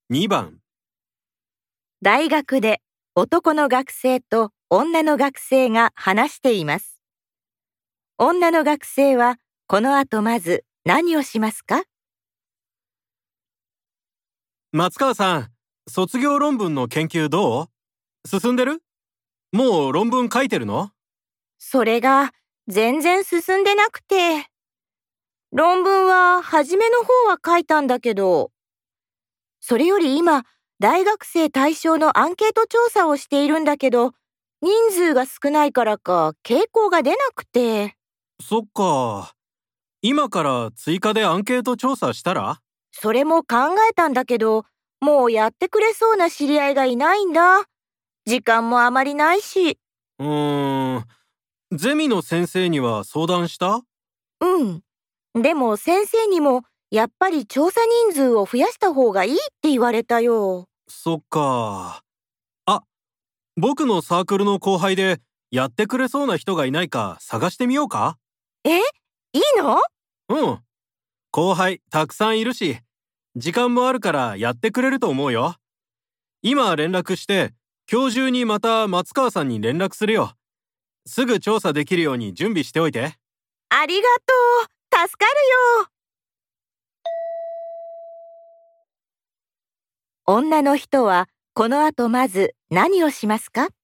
2番、 大学で男の学生と女の学生が話しています。女の学生はこの後まず何をしますか？ 松川さん、卒業論文の研究どう？進んでる？もう論文書いてるの？ それが全然進んでなくて。論文は初めの方は書いたんだけど、それより今、大学生対象のアンケート調査をしているんだけど、人数が少ないからか傾向が出なくて。 そっか。今から追加でアンケート調査したら？ それも考えたんだけど、もうやってくれそうな知り合いがいないんだ。時間もあまりないし。 ゼミの先生には相談した？ うん。でも先生にも、やっぱり調査人数を増やした方がいいって言われたよ。 そっか。あ、僕のサークルの後輩でやってくれそうな人がいないか探してみようか？ え、いいの？ うん。後輩たくさんいるし、時間もあるからやってくれると思うよ。今連絡して、今日中にまた松川さんに連絡するよ。すぐ調査できるように準備しておいて。 ありがとう。助かるよ。女の人はこの後まず何をしますか？